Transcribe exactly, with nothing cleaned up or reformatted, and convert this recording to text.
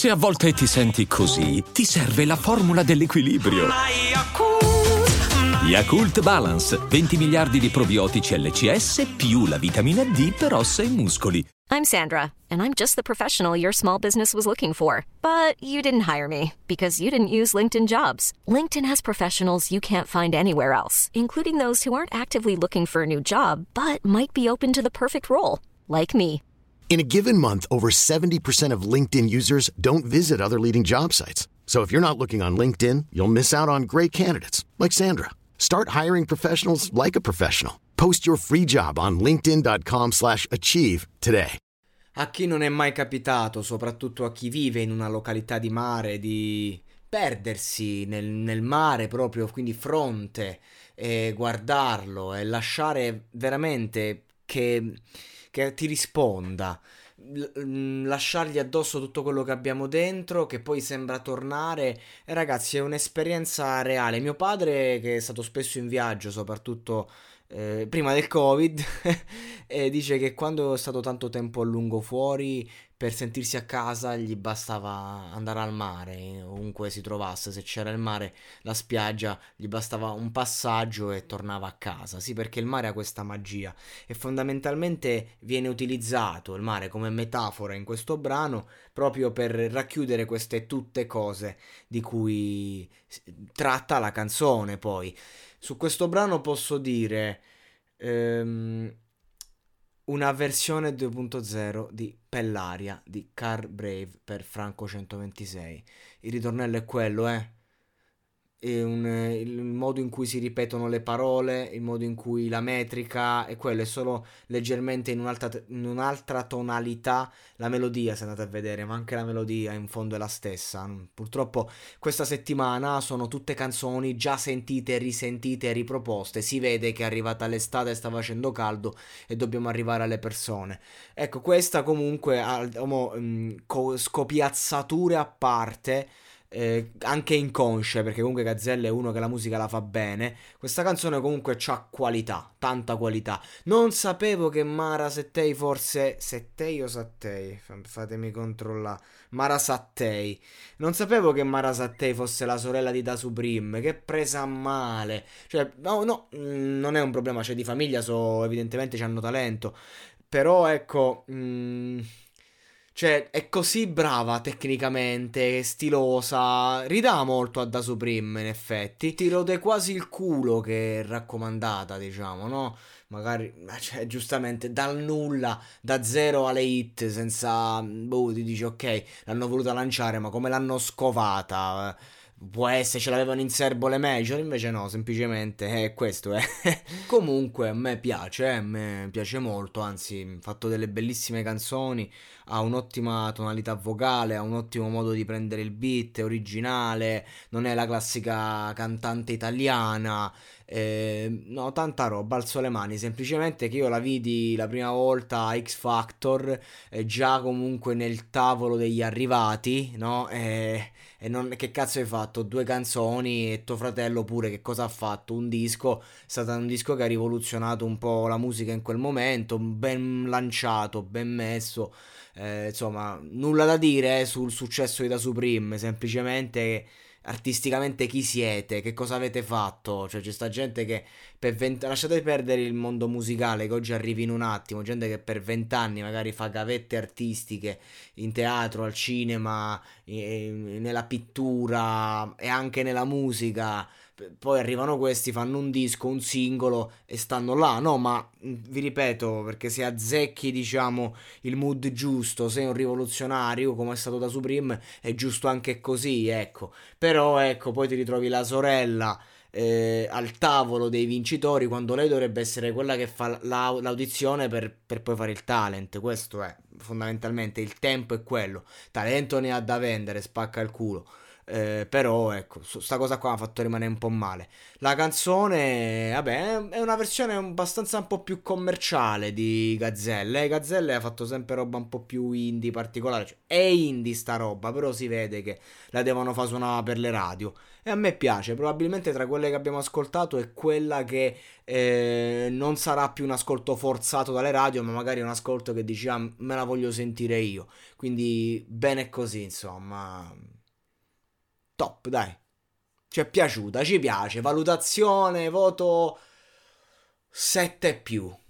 Se a volte ti senti così, ti serve la formula dell'equilibrio. Yakult Balance, venti miliardi di probiotici L C S più la vitamina D per ossa e muscoli. I'm Sandra, and I'm just the professional your small business was looking for. But you didn't hire me because you didn't use LinkedIn Jobs. LinkedIn has professionals you can't find anywhere else, including those who aren't actively looking for a new job, but might be open to the perfect role, like me. In a given month, over seventy percent of LinkedIn users don't visit other leading job sites. So if you're not looking on LinkedIn, you'll miss out on great candidates like Sandra. Start hiring professionals like a professional. Post your free job on linkedin dot com slash achieve today. A chi non è mai capitato, soprattutto a chi vive in una località di mare, di perdersi nel, nel mare proprio, quindi fronte, e guardarlo e lasciare veramente che, che ti risponda, L- lasciargli addosso tutto quello che abbiamo dentro, che poi sembra tornare. E ragazzi, è un'esperienza reale. Mio padre, che è stato spesso in viaggio, soprattutto eh, prima del Covid, e dice che quando è stato tanto tempo a lungo fuori, per sentirsi a casa gli bastava andare al mare, ovunque si trovasse. Se c'era il mare, la spiaggia, gli bastava un passaggio e tornava a casa. Sì, perché il mare ha questa magia e fondamentalmente viene utilizzato il mare come metafora in questo brano proprio per racchiudere queste tutte cose di cui tratta la canzone. Poi su questo brano posso dire ehm, una versione due punto zero di Pellaria di Car Brave per Franco centoventisei. Il ritornello è quello, eh. È un, il modo in cui si ripetono le parole, il modo in cui la metrica è quello, è solo leggermente in un'altra, in un'altra tonalità la melodia, se andate a vedere, ma anche la melodia in fondo è la stessa. Purtroppo questa settimana sono tutte canzoni già sentite, risentite e riproposte. Si vede che è arrivata l'estate, sta facendo caldo e dobbiamo arrivare alle persone. Ecco, questa comunque ha scopiazzature a parte, Eh, anche inconsce, perché comunque Gazzelle è uno che la musica la fa bene. Questa canzone comunque c'ha qualità, tanta qualità. Non sapevo che Mara Sattei forse Sattei o Sattei? Fatemi controllare. Mara Sattei. Non sapevo che Mara Sattei fosse la sorella di Da Supreme. Che presa male. Cioè, no, no, mh, non è un problema, cioè di famiglia so, evidentemente c'hanno talento. Però ecco, mh, cioè, è così brava tecnicamente, stilosa, ridà molto a Da Supreme in effetti. Ti rode quasi il culo che è raccomandata, diciamo, no? Magari, cioè, giustamente, dal nulla, da zero alle hit, senza, boh, ti dici, ok, l'hanno voluta lanciare, ma come l'hanno scovata? Può essere, ce l'avevano in serbo le major, invece no, semplicemente è eh, questo, eh. Comunque a me piace, eh, a me piace molto, anzi, ha fatto delle bellissime canzoni, ha un'ottima tonalità vocale, ha un ottimo modo di prendere il beat, è originale, non è la classica cantante italiana, eh, no, tanta roba, alzo le mani, semplicemente che io la vidi la prima volta a X Factor, eh, già comunque nel tavolo degli arrivati, no? E, e non, che cazzo hai fatto? Due canzoni e tuo fratello pure che cosa ha fatto? Un disco, è stato un disco che ha rivoluzionato un po' la musica in quel momento, ben lanciato, ben messo, eh, insomma, nulla da dire eh, sul successo di Da Supreme, semplicemente artisticamente chi siete, che cosa avete fatto, cioè c'è sta gente che per venti lasciate perdere il mondo musicale che oggi arrivi in un attimo, gente che per vent'anni magari fa gavette artistiche in teatro, al cinema, in, nella pittura e anche nella musica, poi arrivano questi, fanno un disco, un singolo e stanno là, no, ma vi ripeto, perché se azzecchi diciamo il mood giusto, sei un rivoluzionario come è stato Da Supreme, è giusto anche così, ecco. Però ecco, poi ti ritrovi la sorella eh, al tavolo dei vincitori quando lei dovrebbe essere quella che fa la, l'audizione per, per poi fare il talent. Questo è fondamentalmente, il tempo è quello, talento ne ha da vendere, spacca il culo. Eh, però ecco, sta cosa qua mi ha fatto rimanere un po' male. La canzone, vabbè, è una versione abbastanza un po' più commerciale di Gazzelle. eh. Gazzelle ha fatto sempre roba un po' più indie particolare, cioè, è indie sta roba, però si vede che la devono far suonare per le radio. E a me piace, probabilmente tra quelle che abbiamo ascoltato è quella che eh, non sarà più un ascolto forzato dalle radio, ma magari un ascolto che dici, ah, me la voglio sentire io. Quindi bene così, insomma. Top, dai. Ci è piaciuta, ci piace. Valutazione, voto sette e più.